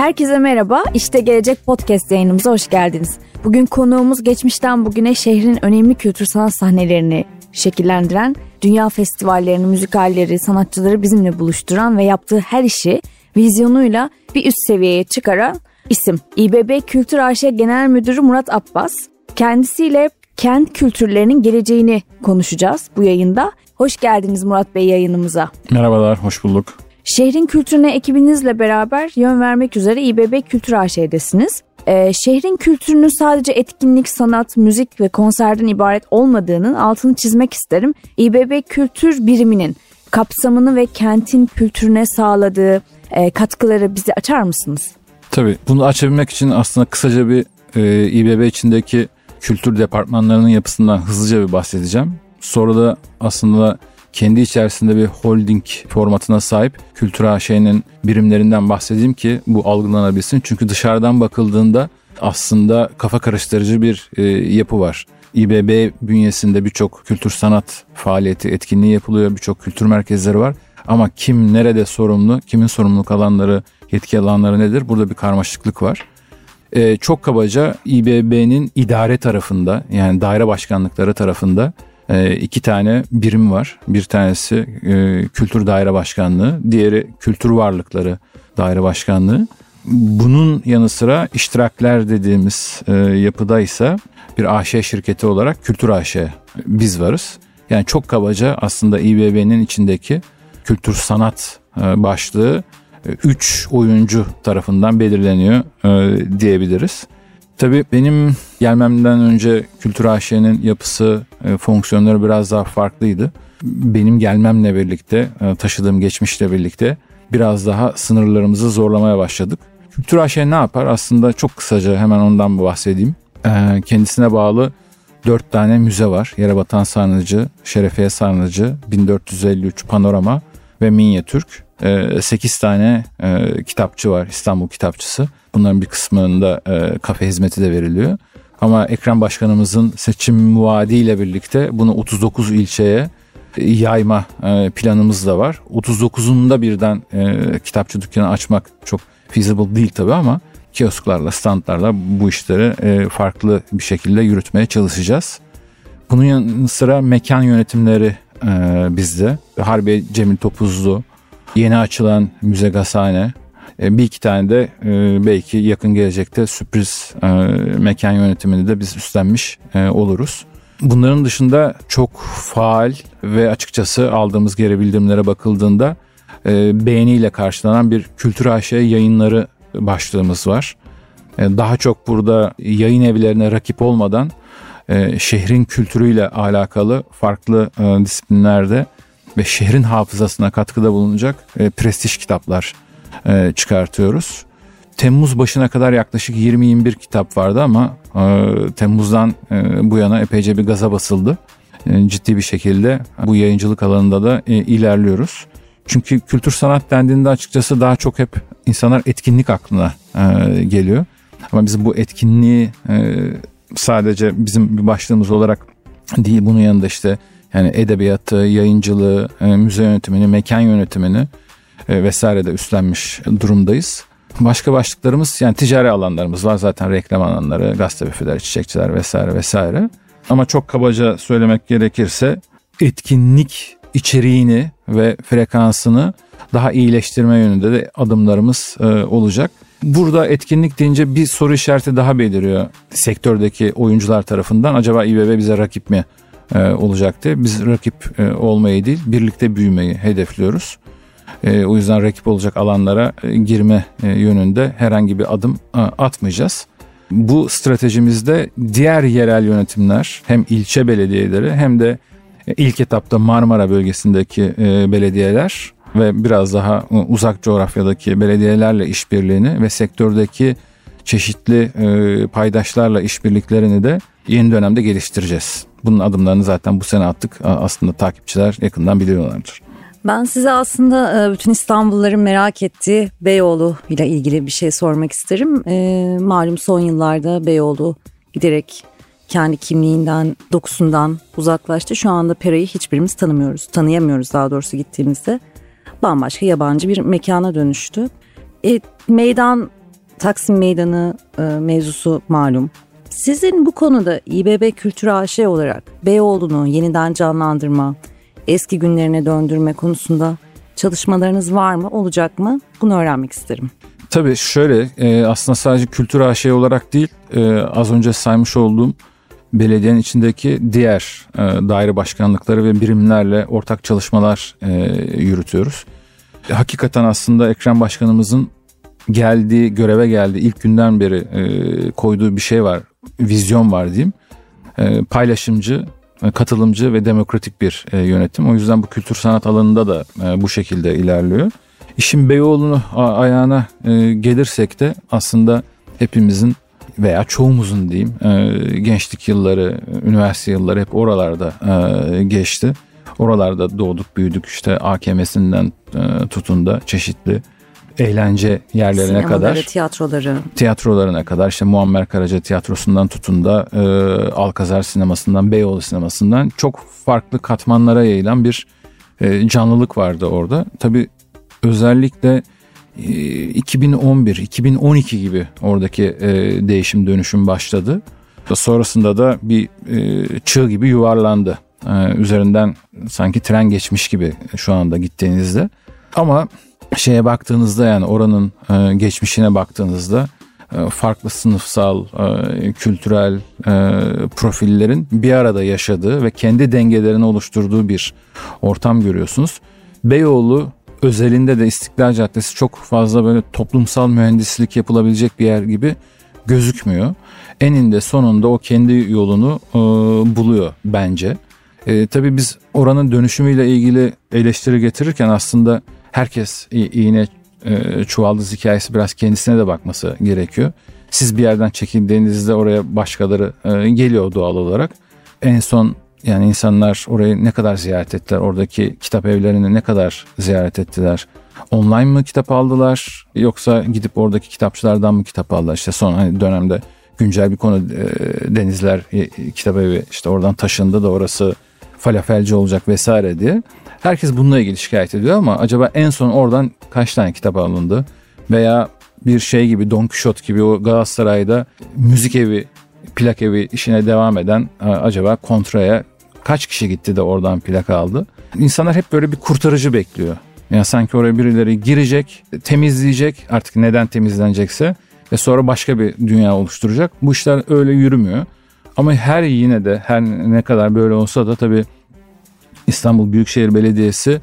Herkese merhaba, İşte Gelecek Podcast yayınımıza hoş geldiniz. Bugün konuğumuz geçmişten bugüne şehrin önemli kültür sanat sahnelerini şekillendiren, dünya festivallerini, müzikalleri, sanatçıları bizimle buluşturan ve yaptığı her işi vizyonuyla bir üst seviyeye çıkaran isim. İBB Kültür AŞ Genel Müdürü Murat Abbas. Kendisiyle kent kültürlerinin geleceğini konuşacağız bu yayında. Hoş geldiniz Murat Bey yayınımıza. Merhabalar, hoş bulduk. Şehrin kültürüne ekibinizle beraber yön vermek üzere İBB Kültür AŞ'desiniz. Şehrin kültürünün sadece etkinlik, sanat, müzik ve konserden ibaret olmadığının altını çizmek isterim. İBB Kültür Biriminin kapsamını ve kentin kültürüne sağladığı katkıları bize açar mısınız? Tabii, bunu açabilmek için aslında kısaca bir İBB içindeki kültür departmanlarının yapısından hızlıca bir bahsedeceğim. Sonra da aslında kendi içerisinde bir holding formatına sahip Kültür AŞ'nin birimlerinden bahsedeyim ki bu algılanabilsin. Çünkü dışarıdan bakıldığında aslında kafa karıştırıcı bir yapı var. İBB bünyesinde birçok kültür sanat faaliyeti, etkinliği yapılıyor. Birçok kültür merkezleri var. Ama kim nerede sorumlu, kimin sorumluluk alanları, yetki alanları nedir? Burada bir karmaşıklık var. Çok kabaca İBB'nin idare tarafında, yani daire başkanlıkları tarafında 2 tane birim var. Bir tanesi Kültür Daire Başkanlığı, diğeri Kültür Varlıkları Daire Başkanlığı. Bunun yanı sıra iştirakler dediğimiz yapıda ise bir AŞ şirketi olarak Kültür AŞ biz varız. Yani çok kabaca aslında İBB'nin içindeki kültür sanat başlığı 3 oyuncu tarafından belirleniyor diyebiliriz. Tabii benim gelmemden önce Kültür AŞ'nin yapısı, fonksiyonları biraz daha farklıydı. Benim gelmemle birlikte, taşıdığım geçmişle birlikte biraz daha sınırlarımızı zorlamaya başladık. Kültür AŞ ne yapar? Aslında çok kısaca hemen ondan bahsedeyim. Kendisine bağlı 4 tane müze var. Yerebatan Sarnıcı, Şerefiye Sarnıcı, 1453 Panorama ve Minyatürk. 8 tane kitapçı var, İstanbul Kitapçısı. Bunların bir kısmında kafe hizmeti de veriliyor. Ama Ekrem Başkanımızın seçim vaadiyle birlikte bunu 39 ilçeye yayma planımız da var. 39'unda birden kitapçı dükkanı açmak çok feasible değil tabii ama kiosklarla, standlarla bu işleri farklı bir şekilde yürütmeye çalışacağız. Bunun yanı sıra mekan yönetimleri bizde. Harbiye Cemil Topuzlu, yeni açılan Müze Gazhane, bir iki tane de belki yakın gelecekte sürpriz mekan yönetimini de biz üstlenmiş oluruz. Bunların dışında çok faal ve açıkçası aldığımız geri bildirimlere bakıldığında beğeniyle karşılanan bir Kültür AŞ yayınları başlığımız var. Daha çok burada yayın evlerine rakip olmadan şehrin kültürüyle alakalı farklı disiplinlerde ve şehrin hafızasına katkıda bulunacak prestij kitaplar çıkartıyoruz. Temmuz başına kadar yaklaşık 20-21 kitap vardı ama Temmuz'dan bu yana epeyce bir gaza basıldı. Ciddi bir şekilde bu yayıncılık alanında da ilerliyoruz. Çünkü kültür sanat dendiğinde açıkçası daha çok hep insanlar etkinlik aklına geliyor. Ama biz bu etkinliği sadece bizim bir başlığımız olarak değil, bunun yanında işte yani edebiyatı, yayıncılığı, müze yönetimini, mekan yönetimini vesaire de üstlenmiş durumdayız. Başka başlıklarımız, yani ticari alanlarımız var zaten, reklam alanları, gazete büfeleri, çiçekçiler vesaire vesaire. Ama çok kabaca söylemek gerekirse etkinlik içeriğini ve frekansını daha iyileştirme yönünde de adımlarımız olacak. Burada etkinlik deyince bir soru işareti daha beliriyor sektördeki oyuncular tarafından. Acaba İBB bize rakip mi olacaktı? Biz rakip olmayı değil, birlikte büyümeyi hedefliyoruz. O yüzden rakip olacak alanlara girme yönünde herhangi bir adım atmayacağız. Bu stratejimizde diğer yerel yönetimler, hem ilçe belediyeleri hem de ilk etapta Marmara bölgesindeki belediyeler ve biraz daha uzak coğrafyadaki belediyelerle işbirliğini ve sektördeki çeşitli paydaşlarla işbirliklerini de yeni dönemde geliştireceğiz. Bunun adımlarını zaten bu sene attık. Aslında takipçiler yakından biliyorlardır. Ben size aslında bütün İstanbulluların merak ettiği Beyoğlu ile ilgili bir şey sormak isterim. Malum son yıllarda Beyoğlu giderek kendi kimliğinden, dokusundan uzaklaştı. Şu anda Pera'yı hiçbirimiz tanıyamıyoruz daha doğrusu gittiğimizde. Bambaşka yabancı bir mekana dönüştü. Meydan Taksim Meydanı mevzusu malum. Sizin bu konuda İBB Kültür AŞ olarak Beyoğlu'nu yeniden canlandırma, eski günlerine döndürme konusunda çalışmalarınız var mı, olacak mı? Bunu öğrenmek isterim. Tabii şöyle, aslında sadece Kültür AŞ olarak değil, az önce saymış olduğum belediyenin içindeki diğer daire başkanlıkları ve birimlerle ortak çalışmalar yürütüyoruz. Hakikaten aslında Ekrem Başkanımızın göreve geldiği ilk günden beri koyduğu bir şey var, vizyon var diyeyim. Paylaşımcı, katılımcı ve demokratik bir yönetim. O yüzden bu kültür sanat alanında da bu şekilde ilerliyor. İşin Beyoğlu'nu ayağına gelirsek de aslında hepimizin veya çoğumuzun diyeyim gençlik yılları, üniversite yılları hep oralarda geçti. Oralarda doğduk, büyüdük, işte AKM'sinden tutun da çeşitli eğlence yerlerine sinemaları, kadar, tiyatrolarına kadar, işte Muammer Karaca Tiyatrosu'ndan tutun da Alkazar Sineması'ndan, Beyoğlu Sineması'ndan çok farklı katmanlara yayılan bir canlılık vardı orada. Tabii özellikle 2011-2012 gibi oradaki değişim dönüşüm başladı. Sonrasında da bir çığ gibi yuvarlandı. Üzerinden sanki tren geçmiş gibi şu anda gittiğinizde. Ama şeye baktığınızda, yani oranın geçmişine baktığınızda farklı sınıfsal, kültürel profillerin bir arada yaşadığı ve kendi dengelerini oluşturduğu bir ortam görüyorsunuz. Beyoğlu özelinde de İstiklal Caddesi çok fazla böyle toplumsal mühendislik yapılabilecek bir yer gibi gözükmüyor. Eninde sonunda o kendi yolunu buluyor bence. Tabii biz oranın dönüşümüyle ilgili eleştiri getirirken aslında herkes iğne çuvaldız hikayesi biraz kendisine de bakması gerekiyor. Siz bir yerden çekildiğinizde oraya başkaları geliyor doğal olarak. En son yani insanlar orayı ne kadar ziyaret ettiler? Oradaki kitap evlerini ne kadar ziyaret ettiler? Online mı kitap aldılar? Yoksa gidip oradaki kitapçılardan mı kitap aldılar? İşte son dönemde güncel bir konu Denizler Kitap Evi, işte oradan taşındı da orası falafelci olacak vesaire diye. Herkes bununla ilgili şikayet ediyor ama acaba en son oradan kaç tane kitap alındı? Veya bir şey gibi, Don Quixote gibi o Galatasaray'da müzik evi, plak evi işine devam eden acaba kontraya kaç kişi gitti de oradan plak aldı? İnsanlar hep böyle bir kurtarıcı bekliyor. Yani sanki oraya birileri girecek, temizleyecek, artık neden temizlenecekse ve sonra başka bir dünya oluşturacak. Bu işler öyle yürümüyor. Ama yine de her ne kadar böyle olsa da tabii İstanbul Büyükşehir Belediyesi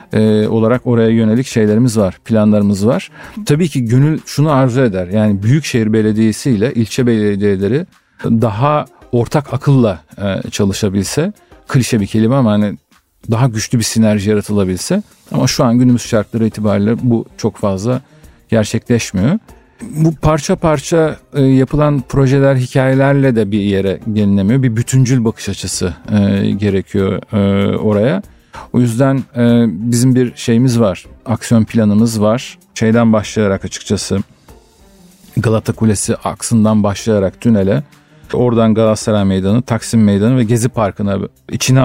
olarak oraya yönelik şeylerimiz var, planlarımız var. Tabii ki gönül şunu arzu eder. Yani Büyükşehir Belediyesi ile ilçe belediyeleri daha ortak akılla çalışabilse, klişe bir kelime ama hani daha güçlü bir sinerji yaratılabilse, ama şu an günümüz şartları itibariyle bu çok fazla gerçekleşmiyor. Bu parça parça yapılan projeler, hikayelerle de bir yere gelinemiyor. Bir bütüncül bakış açısı gerekiyor oraya. O yüzden bizim bir şeyimiz var, aksiyon planımız var. Şeyden başlayarak açıkçası Galata Kulesi aksından başlayarak tünele, oradan Galatasaray Meydanı, Taksim Meydanı ve Gezi Parkı'nı içine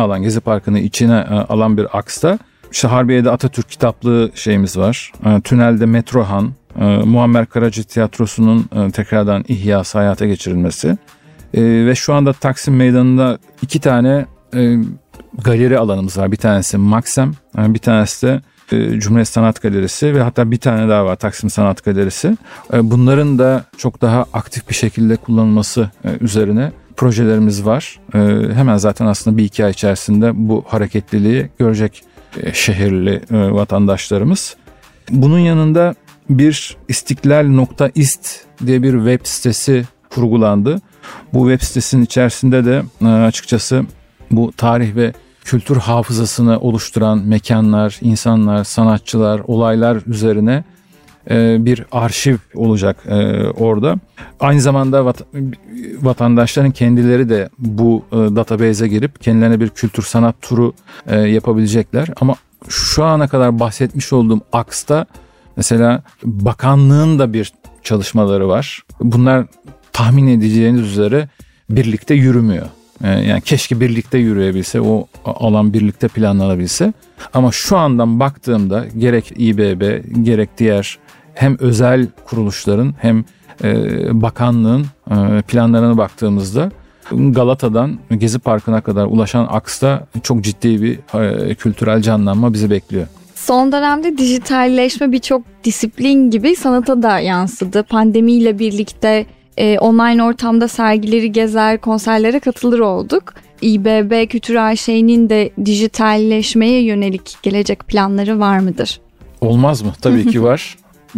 alan bir aksta. İşte Harbiye'de Atatürk kitaplığı şeyimiz var. Tünelde Metrohan, Muammer Karaca Tiyatrosu'nun tekrardan ihyası, hayata geçirilmesi. Ve şu anda Taksim Meydanı'nda 2 tane galeri alanımız var. Bir tanesi Maxem, bir tanesi de Cumhuriyet Sanat Galerisi ve hatta bir tane daha var, Taksim Sanat Galerisi. Bunların da çok daha aktif bir şekilde kullanılması üzerine projelerimiz var. Hemen zaten aslında 1-2 ay içerisinde bu hareketliliği görecek şehirli vatandaşlarımız. Bunun yanında bir istiklal.ist diye bir web sitesi kurgulandı. Bu web sitesinin içerisinde de açıkçası bu tarih ve kültür hafızasını oluşturan mekanlar, insanlar, sanatçılar, olaylar üzerine bir arşiv olacak orada. Aynı zamanda vatandaşların kendileri de bu database'e girip kendilerine bir kültür sanat turu yapabilecekler. Ama şu ana kadar bahsetmiş olduğum aksta mesela bakanlığın da bir çalışmaları var. Bunlar tahmin edeceğiniz üzere birlikte yürümüyor. Yani keşke birlikte yürüyebilse, o alan birlikte planlanabilse. Ama şu andan baktığımda gerek İBB gerek diğer hem özel kuruluşların hem bakanlığın planlarına baktığımızda Galata'dan Gezi Parkı'na kadar ulaşan aksta çok ciddi bir kültürel canlanma bizi bekliyor. Son dönemde dijitalleşme birçok disiplin gibi sanata da yansıdı. Pandemiyle birlikte online ortamda sergileri gezer, konserlere katılır olduk. İBB Kültür AŞ'nin de dijitalleşmeye yönelik gelecek planları var mıdır? Olmaz mı? Tabii ki var.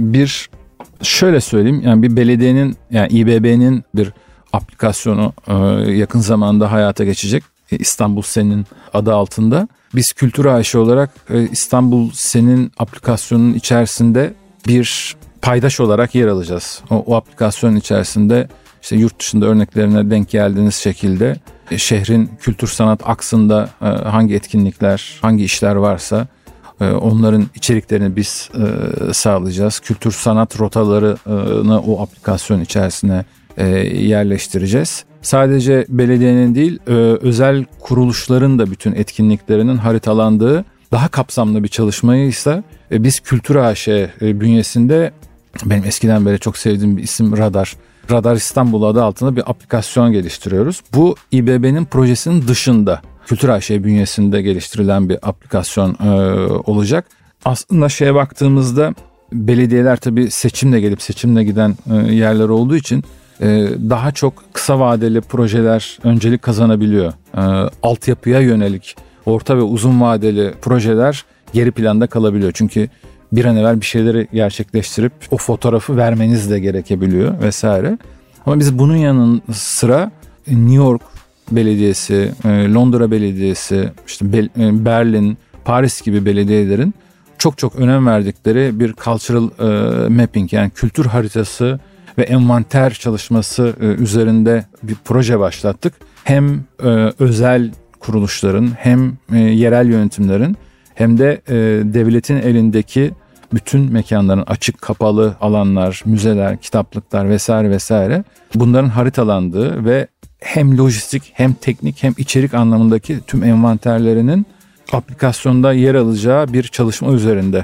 Şöyle söyleyeyim, yani bir belediyenin, yani İBB'nin bir aplikasyonu yakın zamanda hayata geçecek. İstanbul Sen'in adı altında. Biz Kültür AŞ olarak İstanbul Sen'in aplikasyonunun içerisinde bir paydaş olarak yer alacağız. O aplikasyonun içerisinde işte yurt dışında örneklerine denk geldiğiniz şekilde şehrin kültür sanat aksında hangi etkinlikler, hangi işler varsa onların içeriklerini biz sağlayacağız. Kültür sanat rotalarını o aplikasyon içerisine yerleştireceğiz. Sadece belediyenin değil, özel kuruluşların da bütün etkinliklerinin haritalandığı daha kapsamlı bir çalışmayı ise biz Kültür AŞ bünyesinde, benim eskiden beri çok sevdiğim bir isim Radar. Radar İstanbul adı altında bir aplikasyon geliştiriyoruz. Bu İBB'nin projesinin dışında Kültür AŞ bünyesinde geliştirilen bir aplikasyon olacak. Aslında şeye baktığımızda belediyeler tabii seçimle gelip seçimle giden yerler olduğu için daha çok kısa vadeli projeler öncelik kazanabiliyor. Altyapıya yönelik orta ve uzun vadeli projeler geri planda kalabiliyor. Çünkü bir an evvel bir şeyleri gerçekleştirip o fotoğrafı vermeniz de gerekebiliyor vesaire. Ama biz bunun yanı sıra New York Belediyesi, Londra Belediyesi, işte Berlin, Paris gibi belediyelerin çok önem verdikleri bir cultural mapping, yani kültür haritası ve envanter çalışması üzerinde bir proje başlattık. Hem özel kuruluşların, hem yerel yönetimlerin, hem de devletin elindeki bütün mekanların, açık kapalı alanlar, müzeler, kitaplıklar vesaire bunların haritalandığı ve hem lojistik hem teknik hem içerik anlamındaki tüm envanterlerinin aplikasyonda yer alacağı bir çalışma üzerinde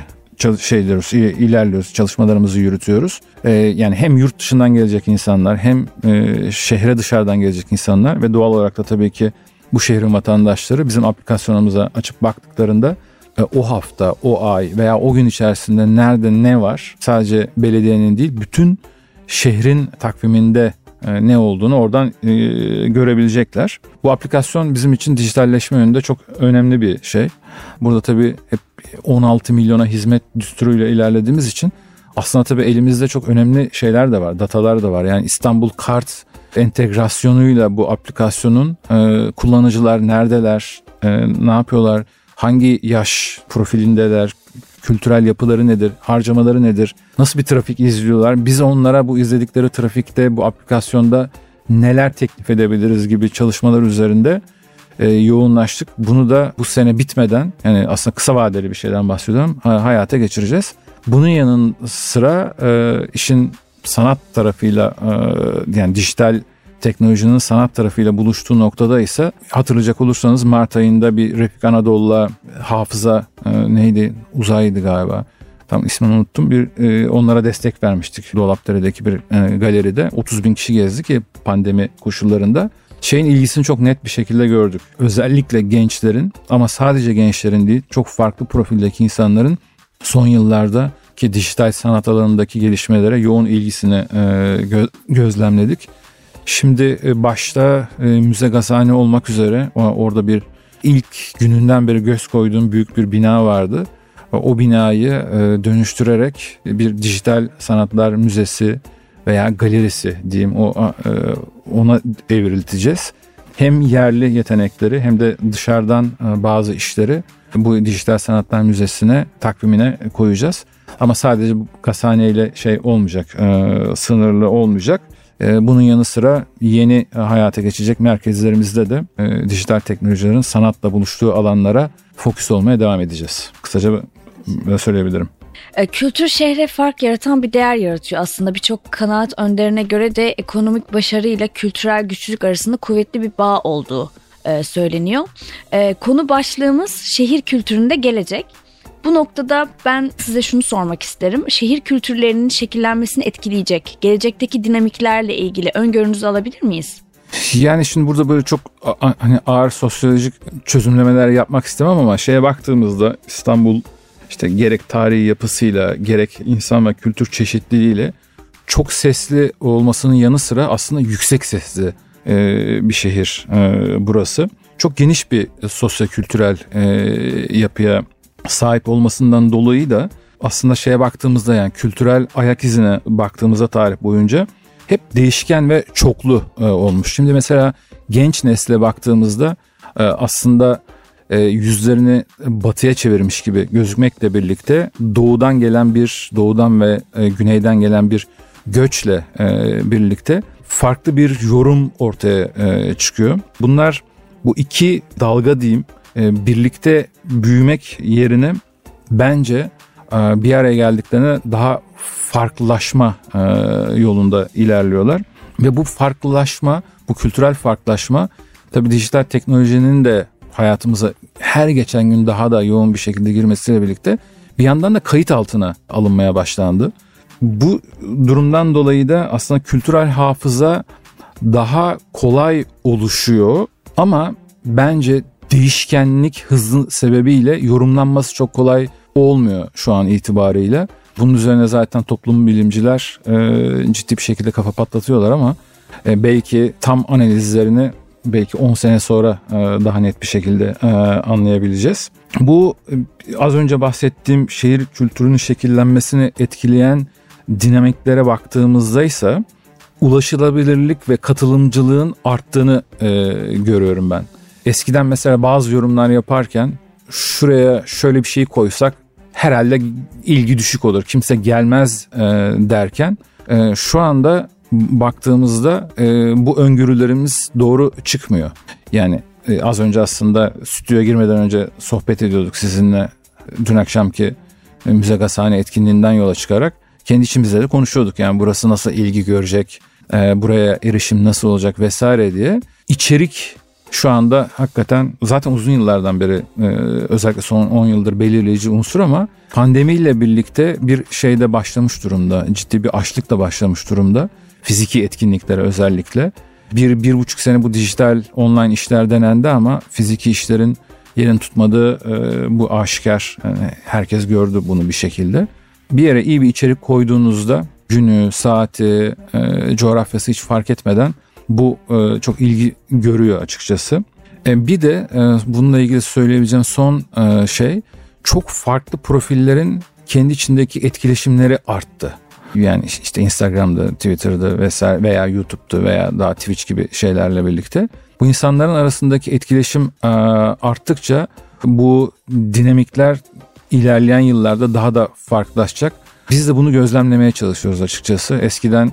ilerliyoruz, çalışmalarımızı yürütüyoruz. Yani hem yurt dışından gelecek insanlar, hem şehre dışarıdan gelecek insanlar ve doğal olarak da tabii ki bu şehrin vatandaşları bizim aplikasyonumuza açıp baktıklarında o hafta, o ay veya o gün içerisinde nerede ne var, sadece belediyenin değil bütün şehrin takviminde ne olduğunu oradan görebilecekler. Bu aplikasyon bizim için dijitalleşme yönünde çok önemli bir şey. Burada tabii hep 16 milyona hizmet düsturuyla ilerlediğimiz için aslında tabii elimizde çok önemli şeyler de var, datalar da var. Yani İstanbul Kart entegrasyonuyla bu aplikasyonun kullanıcılar neredeler, ne yapıyorlar, hangi yaş profilindeler, kültürel yapıları nedir, harcamaları nedir, nasıl bir trafik izliyorlar, biz onlara bu izledikleri trafikte bu aplikasyonda neler teklif edebiliriz gibi çalışmalar üzerinde yoğunlaştık. Bunu da bu sene bitmeden, yani aslında kısa vadeli bir şeyden bahsediyorum, hayata geçireceğiz. Bunun yanı sıra işin sanat tarafıyla, yani dijital teknolojinin sanat tarafıyla buluştuğu noktada ise hatırlayacak olursanız Mart ayında bir Refik Anadolu'la Hafıza Uzay'dı galiba. Tam ismini unuttum. Onlara destek vermiştik. Dolapdere'deki bir galeride. 30 bin kişi gezdi ki pandemi koşullarında. Şeyin ilgisini çok net bir şekilde gördük. Özellikle gençlerin, ama sadece gençlerin değil, çok farklı profildeki insanların son yıllarda ki dijital sanat alanındaki gelişmelere yoğun ilgisini gözlemledik. Şimdi başta Müze Gazhane olmak üzere orada bir ilk gününden beri göz koyduğum büyük bir bina vardı. O binayı dönüştürerek bir dijital sanatlar müzesi veya galerisi diyeyim, ona evrilteceğiz. Hem yerli yetenekleri hem de dışarıdan bazı işleri bu dijital sanatlar müzesine, takvimine koyacağız. Ama sadece Gazhane ile olmayacak, sınırlı olmayacak. Bunun yanı sıra yeni hayata geçecek merkezlerimizde de dijital teknolojilerin sanatla buluştuğu alanlara fokus olmaya devam edeceğiz. Kısaca böyle söyleyebilirim. Kültür şehre fark yaratan bir değer yaratıyor aslında. Birçok kanaat önderine göre de ekonomik başarı ile kültürel güçlülük arasında kuvvetli bir bağ olduğu söyleniyor. Konu başlığımız şehir kültüründe gelecek. Bu noktada ben size şunu sormak isterim. Şehir kültürlerinin şekillenmesini etkileyecek gelecekteki dinamiklerle ilgili öngörünüzü alabilir miyiz? Yani şimdi burada böyle çok hani ağır sosyolojik çözümlemeler yapmak istemem ama şeye baktığımızda İstanbul işte gerek tarihi yapısıyla gerek insan ve kültür çeşitliliğiyle çok sesli olmasının yanı sıra aslında yüksek sesli bir şehir burası. Çok geniş bir sosyo-kültürel yapıya sahip olmasından dolayı da aslında şeye baktığımızda, yani kültürel ayak izine baktığımızda tarih boyunca hep değişken ve çoklu olmuş. Şimdi mesela genç nesle baktığımızda aslında yüzlerini batıya çevirmiş gibi gözükmekle birlikte doğudan ve güneyden gelen bir göçle birlikte farklı bir yorum ortaya çıkıyor. Bunlar, bu iki dalga diyeyim, birlikte büyümek yerine bence bir araya geldiklerine daha farklılaşma yolunda ilerliyorlar. Ve bu farklılaşma, bu kültürel farklılaşma tabii dijital teknolojinin de hayatımıza her geçen gün daha da yoğun bir şekilde girmesiyle birlikte bir yandan da kayıt altına alınmaya başlandı. Bu durumdan dolayı da aslında kültürel hafıza daha kolay oluşuyor ama bence değişkenlik hızı sebebiyle yorumlanması çok kolay olmuyor şu an itibariyle. Bunun üzerine zaten toplum bilimciler ciddi bir şekilde kafa patlatıyorlar ama belki tam analizlerini belki 10 sene sonra daha net bir şekilde anlayabileceğiz. Bu az önce bahsettiğim şehir kültürünün şekillenmesini etkileyen dinamiklere baktığımızda ise ulaşılabilirlik ve katılımcılığın arttığını görüyorum ben. Eskiden mesela bazı yorumlar yaparken şuraya şöyle bir şey koysak herhalde ilgi düşük olur, kimse gelmez derken şu anda baktığımızda bu öngörülerimiz doğru çıkmıyor. Yani az önce aslında stüdyoya girmeden önce sohbet ediyorduk sizinle, dün akşamki Müze Gazhane etkinliğinden yola çıkarak kendi içimizde de konuşuyorduk. Yani burası nasıl ilgi görecek, buraya erişim nasıl olacak vesaire diye. İçerik şu anda hakikaten zaten uzun yıllardan beri özellikle son 10 yıldır belirleyici unsur ama pandemiyle birlikte bir şeyde başlamış durumda. Ciddi bir açlık da başlamış durumda. Fiziki etkinliklere özellikle. 1,5 sene bu dijital online işler denendi ama fiziki işlerin yerini tutmadığı bu aşikar. Yani herkes gördü bunu bir şekilde. Bir yere iyi bir içerik koyduğunuzda günü, saati, coğrafyası hiç fark etmeden bu çok ilgi görüyor açıkçası. Bir de bununla ilgili söyleyebileceğim son şey, çok farklı profillerin kendi içindeki etkileşimleri arttı. Yani işte Instagram'da, Twitter'da vesaire veya YouTube'da veya daha Twitch gibi şeylerle birlikte bu insanların arasındaki etkileşim arttıkça bu dinamikler ilerleyen yıllarda daha da farklılaşacak. Biz de bunu gözlemlemeye çalışıyoruz açıkçası. Eskiden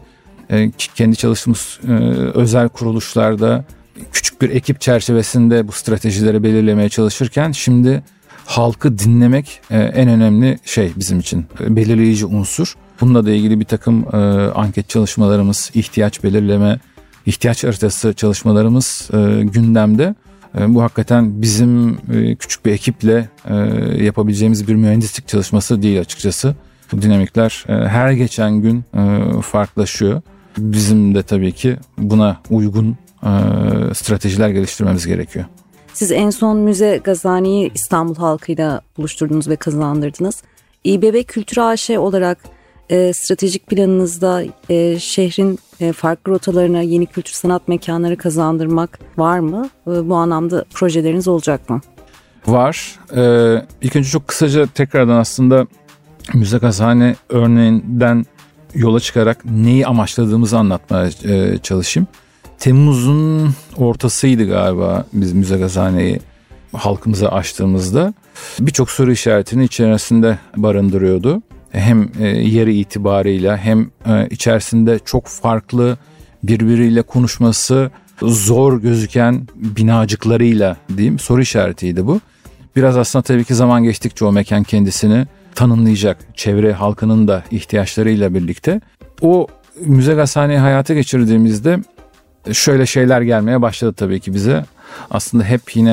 kendi çalıştığımız özel kuruluşlarda küçük bir ekip çerçevesinde bu stratejileri belirlemeye çalışırken şimdi halkı dinlemek en önemli şey bizim için, belirleyici unsur. Bununla da ilgili bir takım anket çalışmalarımız, ihtiyaç belirleme, ihtiyaç haritası çalışmalarımız gündemde. Bu hakikaten bizim küçük bir ekiple yapabileceğimiz bir mühendislik çalışması değil açıkçası. Bu dinamikler her geçen gün farklılaşıyor. Bizim de tabii ki buna uygun stratejiler geliştirmemiz gerekiyor. Siz en son Müze Gazhane'yi İstanbul halkıyla buluşturdunuz ve kazandırdınız. İBB Kültür AŞ olarak stratejik planınızda şehrin farklı rotalarına yeni kültür sanat mekanları kazandırmak var mı? Bu anlamda projeleriniz olacak mı? Var. İlk önce çok kısaca tekrardan aslında Müze Gazhane örneğinden yola çıkarak neyi amaçladığımızı anlatmaya çalışayım. Temmuz'un ortasıydı galiba biz Müze Gazhane'yi halkımıza açtığımızda. Birçok soru işaretini içerisinde barındırıyordu. Hem yeri itibarıyla hem içerisinde çok farklı birbiriyle konuşması zor gözüken binacıklarıyla diyeyim soru işaretiydi bu. Biraz aslında tabii ki zaman geçtikçe o mekan kendisini tanımlayacak, çevre halkının da ihtiyaçlarıyla birlikte. O Müze Gazhane'yi hayata geçirdiğimizde şöyle şeyler gelmeye başladı tabii ki bize. Aslında hep yine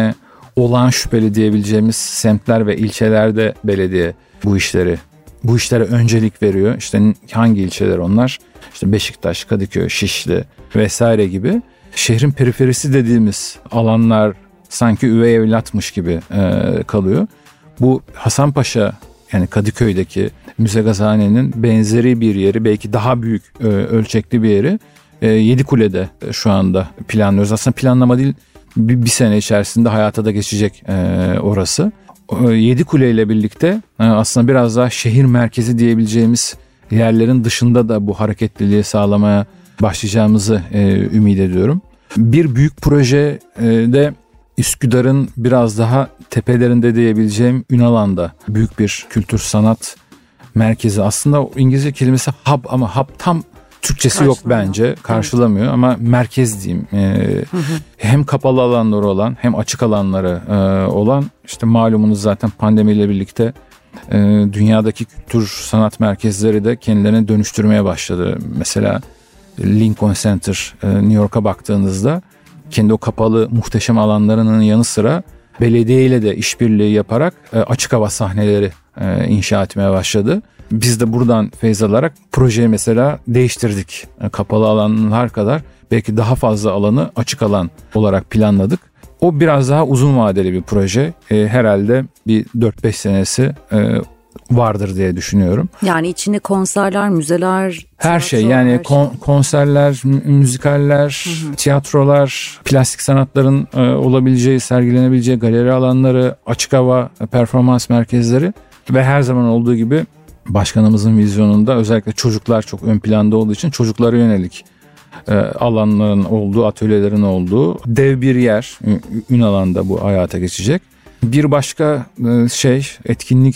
olağan şüpheli diyebileceğimiz semtler ve ilçelerde belediye bu işlere öncelik veriyor. İşte hangi ilçeler onlar? İşte Beşiktaş, Kadıköy, Şişli vesaire gibi. Şehrin periferisi dediğimiz alanlar sanki üvey evlatmış gibi kalıyor. Bu Hasanpaşa, yani Kadıköy'deki Müze Gazhane'nin benzeri bir yeri, belki daha büyük ölçekli bir yeri Yedikule'de şu anda planlıyoruz. Aslında planlama değil, bir sene içerisinde hayata da geçecek orası. Yedikule ile birlikte aslında biraz daha şehir merkezi diyebileceğimiz yerlerin dışında da bu hareketliliği sağlamaya başlayacağımızı ümit ediyorum. Bir büyük projede Üsküdar'ın biraz daha tepelerinde diyebileceğim Ünalan'da büyük bir kültür sanat merkezi. Aslında İngilizce kelimesi hub, ama hub tam Türkçesi yok bence, karşılamıyor ama merkez diyeyim. Hem kapalı alanları olan hem açık alanları olan, işte malumunuz zaten pandemiyle birlikte dünyadaki kültür sanat merkezleri de kendilerini dönüştürmeye başladı. Mesela Lincoln Center New York'a baktığınızda kendi o kapalı muhteşem alanlarının yanı sıra belediyeyle de işbirliği yaparak açık hava sahneleri inşa etmeye başladı. Biz de buradan feyz alarak projeyi mesela değiştirdik. Kapalı alanlar kadar belki daha fazla alanı açık alan olarak planladık. O biraz daha uzun vadeli bir proje. Herhalde bir 4-5 senesi vardır diye düşünüyorum. Yani içinde konserler, müzeler, her şey, yani konserler, müzikaller, tiyatrolar, plastik sanatların olabileceği, sergilenebileceği galeri alanları, açık hava performans merkezleri ve her zaman olduğu gibi başkanımızın vizyonunda özellikle çocuklar çok ön planda olduğu için çocuklara yönelik alanların olduğu, atölyelerin olduğu dev bir yer Ünalan'da bu hayata geçecek. Bir başka etkinlik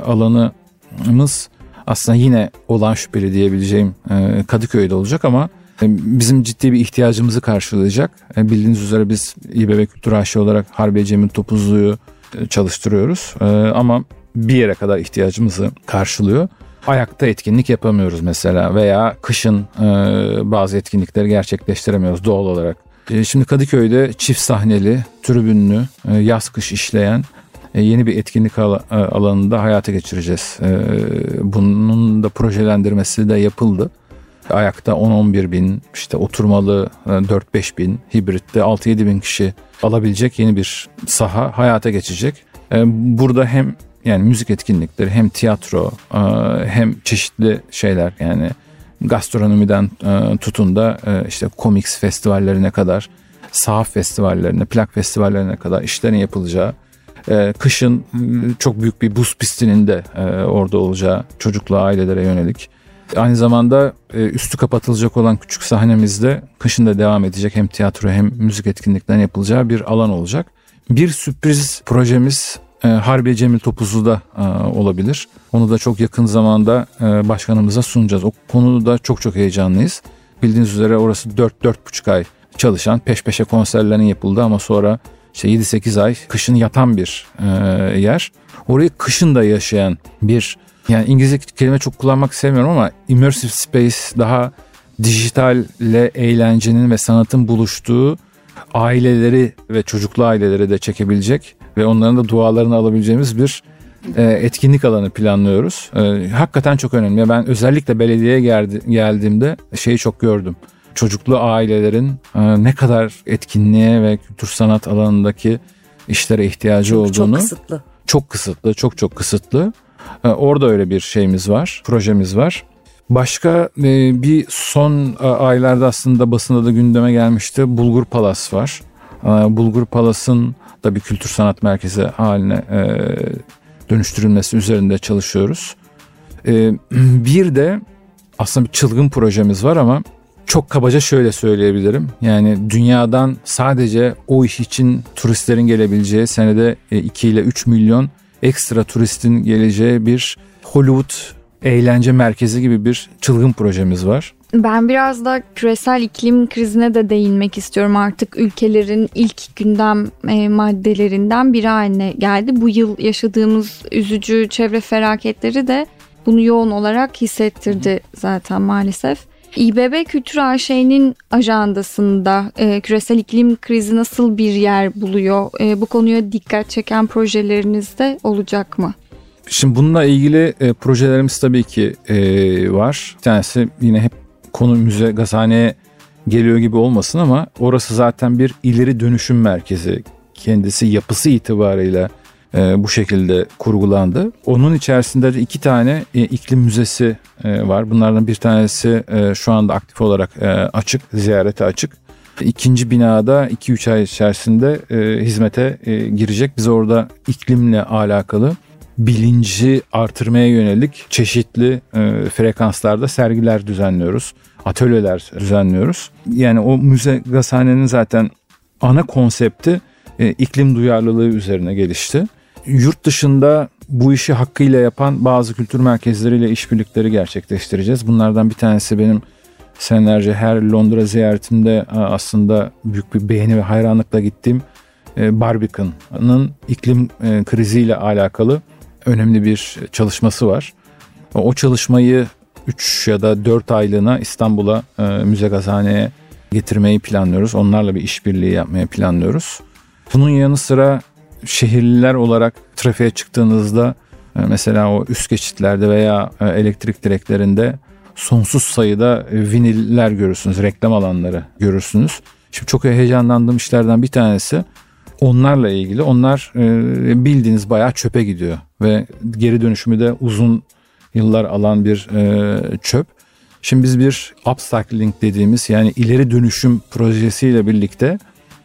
alanımız aslında yine olağan şüpheli diyebileceğim Kadıköy'de olacak ama bizim ciddi bir ihtiyacımızı karşılayacak. Bildiğiniz üzere biz İBB Kültür AŞ olarak Harbiye Cemil Topuzlu'yu çalıştırıyoruz ama bir yere kadar ihtiyacımızı karşılıyor. Ayakta etkinlik yapamıyoruz mesela veya kışın bazı etkinlikleri gerçekleştiremiyoruz doğal olarak. Şimdi Kadıköy'de çift sahneli, tribünlü, yaz kış işleyen yeni bir etkinlik alanında hayata geçireceğiz. Bunun da projelendirmesi de yapıldı. Ayakta 10-11 bin, işte oturmalı 4-5 bin, hibritte 6-7 bin kişi alabilecek yeni bir saha hayata geçecek. Burada hem yani müzik etkinlikleri, hem tiyatro, hem çeşitli şeyler, yani gastronomiden tutun da işte komiks festivallerine kadar, sahaf festivallerine, plak festivallerine kadar işlerin yapılacağı, kışın çok büyük bir buz pistinin de orada olacağı, çocuklu ailelere yönelik. Aynı zamanda üstü kapatılacak olan küçük sahnemizde kışın da devam edecek hem tiyatro hem müzik etkinliklerinin yapılacağı bir alan olacak. Bir sürpriz projemiz Harbiye Cemil Topuzlu'da olabilir. Onu da çok yakın zamanda başkanımıza sunacağız. O konuda çok heyecanlıyız. Bildiğiniz üzere orası 4-4,5 ay çalışan, peş peşe konserlerin yapıldı ama sonra işte 7-8 ay kışın yatan bir yer. Orayı kışın da yaşayan bir, yani İngilizce kelime çok kullanmak sevmiyorum ama immersive space, daha dijitalle eğlencenin ve sanatın buluştuğu aileleri ve çocuklu aileleri de çekebilecek ve onların da dualarını alabileceğimiz bir etkinlik alanı planlıyoruz. Hakikaten çok önemli. Ben özellikle belediyeye geldiğimde şeyi çok gördüm. Çocuklu ailelerin ne kadar etkinliğe ve kültür sanat alanındaki işlere ihtiyacı olduğunu. Çok kısıtlı. Çok kısıtlı. Orada öyle bir şeyimiz var, projemiz var. Başka bir son aylarda aslında basında da gündeme gelmişti. Bulgur Palas var. Bulgur Palas'ın da bir kültür sanat merkezi haline dönüştürülmesi üzerinde çalışıyoruz. Bir de aslında bir çılgın projemiz var ama çok kabaca şöyle söyleyebilirim. Yani dünyadan sadece o iş için turistlerin gelebileceği, senede 2 ile 3 milyon ekstra turistin geleceği bir Hollywood eğlence merkezi gibi bir çılgın projemiz var. Ben biraz da küresel iklim krizine de değinmek istiyorum. Artık ülkelerin ilk gündem maddelerinden biri haline geldi. Bu yıl yaşadığımız üzücü çevre felaketleri de bunu yoğun olarak hissettirdi zaten maalesef. İBB Kültür AŞ'nin ajandasında küresel iklim krizi nasıl bir yer buluyor? Bu konuya dikkat çeken projeleriniz de olacak mı? Şimdi bununla ilgili projelerimiz tabii ki var. Bir tanesi yine hep konu müze gazhaneye geliyor gibi olmasın ama orası zaten bir ileri dönüşüm merkezi. Kendisi yapısı itibarıyla bu şekilde kurgulandı. Onun içerisinde de 2 tane iklim müzesi var. Bunlardan bir tanesi şu anda aktif olarak açık, ziyarete açık. İkinci binada 2-3 ay içerisinde hizmete girecek. Biz orada iklimle alakalı bilinci artırmaya yönelik çeşitli frekanslarda sergiler düzenliyoruz. Atölyeler düzenliyoruz. Yani o müze gazhanenin zaten ana konsepti iklim duyarlılığı üzerine gelişti. Yurt dışında bu işi hakkıyla yapan bazı kültür merkezleriyle işbirlikleri gerçekleştireceğiz. Bunlardan bir tanesi benim senelerce her Londra ziyaretimde aslında büyük bir beğeni ve hayranlıkla gittiğim Barbican'ın iklim kriziyle alakalı önemli bir çalışması var. O çalışmayı 3 ya da 4 aylığına İstanbul'a müze gazhaneye getirmeyi planlıyoruz. Onlarla bir işbirliği yapmayı planlıyoruz. Bunun yanı sıra şehirliler olarak trafiğe çıktığınızda mesela o üst geçitlerde veya elektrik direklerinde sonsuz sayıda viniller görürsünüz, reklam alanları görürsünüz. Şimdi çok heyecanlandığım işlerden bir tanesi onlarla ilgili. Onlar bildiğiniz bayağı çöpe gidiyor ve geri dönüşümü de uzun yıllar alan bir çöp. Şimdi biz bir upcycling dediğimiz yani ileri dönüşüm projesiyle birlikte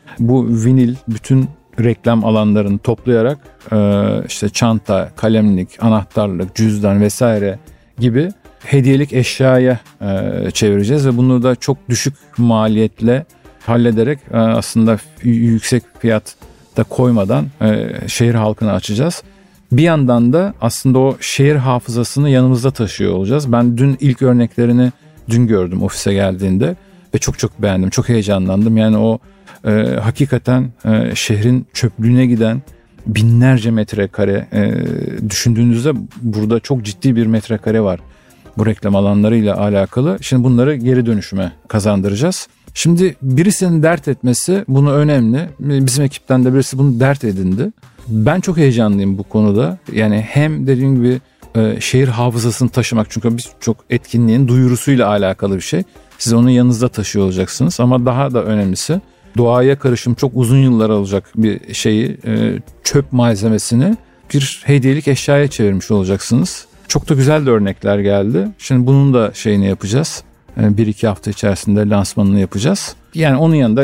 bu vinil bütün reklam alanlarını toplayarak işte çanta, kalemlik, anahtarlık, cüzdan vesaire gibi hediyelik eşyaya çevireceğiz ve bunu da çok düşük maliyetle hallederek aslında yüksek fiyat da koymadan şehir halkına açacağız. Bir yandan da aslında o şehir hafızasını yanımızda taşıyor olacağız. Ben dün ilk örneklerini gördüm ofise geldiğinde ve çok beğendim, çok heyecanlandım. Yani o hakikaten şehrin çöplüğüne giden binlerce metrekare düşündüğünüzde burada çok ciddi bir metrekare var bu reklam alanlarıyla alakalı. Şimdi bunları geri dönüşüme kazandıracağız. Şimdi birisinin dert etmesi bunu önemli. Bizim ekipten de birisi bunu dert edindi. Ben çok heyecanlıyım bu konuda. Yani hem dediğim gibi şehir hafızasını taşımak çünkü birçok etkinliğin duyurusuyla alakalı bir şey. Siz onu yanınızda taşıyor olacaksınız ama daha da önemlisi doğaya karışım çok uzun yıllar alacak bir şeyi çöp malzemesini bir hediyelik eşyaya çevirmiş olacaksınız. Çok da güzel de örnekler geldi. Şimdi bunun da şeyini yapacağız. 1-2 hafta içerisinde lansmanını yapacağız. Yani onun yanında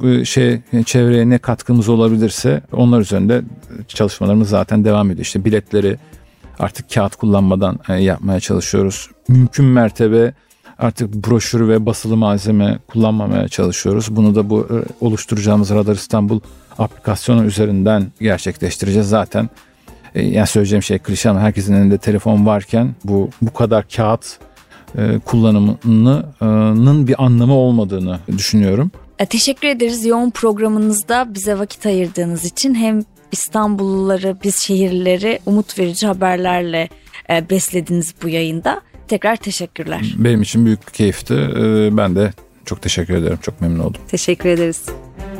çevreye ne katkımız olabilirse onlar üzerinde çalışmalarımız zaten devam ediyor. İşte biletleri artık kağıt kullanmadan yapmaya çalışıyoruz. Mümkün mertebe artık broşür ve basılı malzeme kullanmamaya çalışıyoruz. Bunu da bu oluşturacağımız Radar İstanbul aplikasyonu üzerinden gerçekleştireceğiz. Zaten yani söyleyeceğim şey klişe ama herkesin elinde telefon varken bu kadar kağıt kullanımının bir anlamı olmadığını düşünüyorum. Teşekkür ederiz yoğun programınızda bize vakit ayırdığınız için. Hem İstanbulluları, biz şehirlileri umut verici haberlerle beslediniz bu yayında. Tekrar teşekkürler. Benim için büyük bir keyifti. Ben de çok teşekkür ederim. Çok memnun oldum. Teşekkür ederiz.